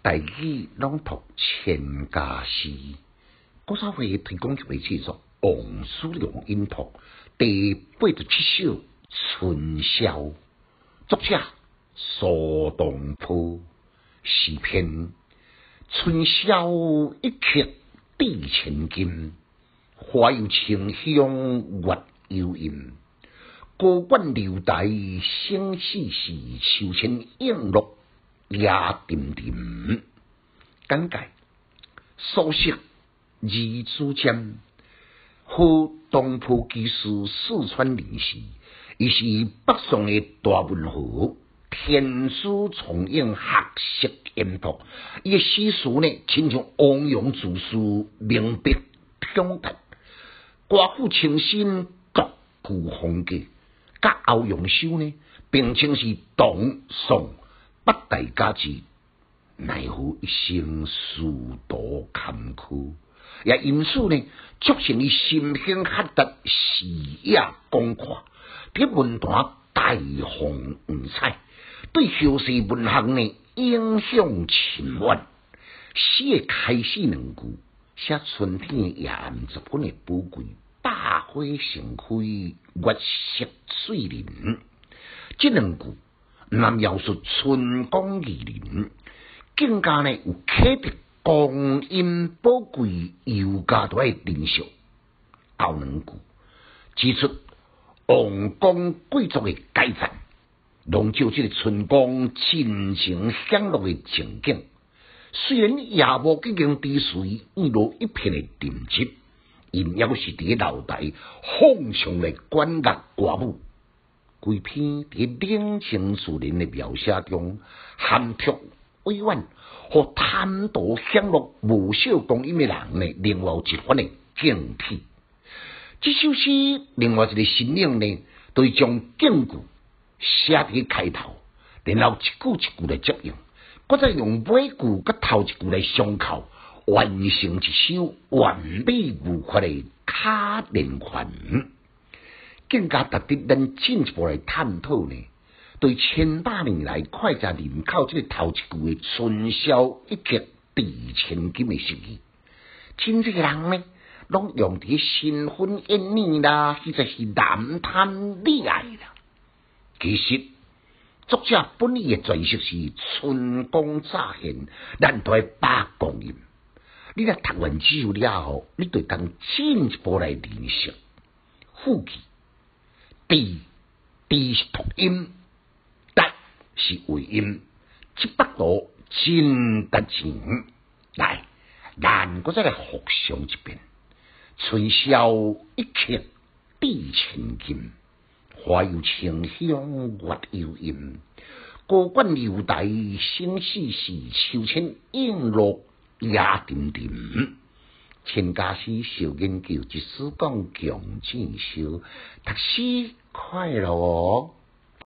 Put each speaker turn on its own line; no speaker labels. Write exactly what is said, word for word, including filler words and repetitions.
台语朗读千家诗，古早会推广一位制作王叔良音读第八十七首《春宵》，作者苏东坡。诗篇：春宵一刻值千金，花有清香月有阴。高官留台生死时，秋千映落夜沉沉。简介：苏轼字子瞻，号东坡居士，四川人士。伊是北宋的大文豪，天书聪颖，学识渊博。伊的诗词呢，亲像汪洋渚书，明白通达，歌赋清新，独具风格。甲欧阳修呢，并称是唐宋八大家之，奈何一生殊途坎坷，也因此呢，促成伊心胸发达，视野广阔，伫文坛大放异彩，对后世文学呢影响深远。诗的开始两句，写春天夜暗十分的宝贵。百花盛开，月色水灵。这两句毋但描述春光宜人，更加呢有启迪光阴宝贵、有价值的珍惜。后两句指出王公贵族的阶层，笼照这个春光尽情享乐的情景。虽然夜幕已经低垂，映落一片的沉寂。因犹是伫楼台放上来管乐歌舞，规篇伫冷静自然的描写中，含蓄委婉，和贪图享乐无少光阴的人呢，另外有一番的警惕。这首诗另外一个新颖呢，就是将警句写伫开头，然后一句一句来接应，搁再用尾句甲头一句来相扣。完成一首完美无缺的卡连环，更加值得咱进一步来探讨呢。对千百年来脍炙人口这个头一句的春宵一刻值千金的诗意，真济人呢，拢用伫新婚燕尔啦，或者是男贪女爱啦。其实作者本意的詮释是春光乍现，咱都系把光阴。你若读完之后了后，你就当进一步来认识。副句地地是读音，达是尾音，这八度真得钱。来，咱搁再来复诵一遍：春宵一刻值千金，花有清香月有阴。高官留台生死时，秋千映落夜沉沉。千家诗小研究，一书讲强进修，读书快乐哦。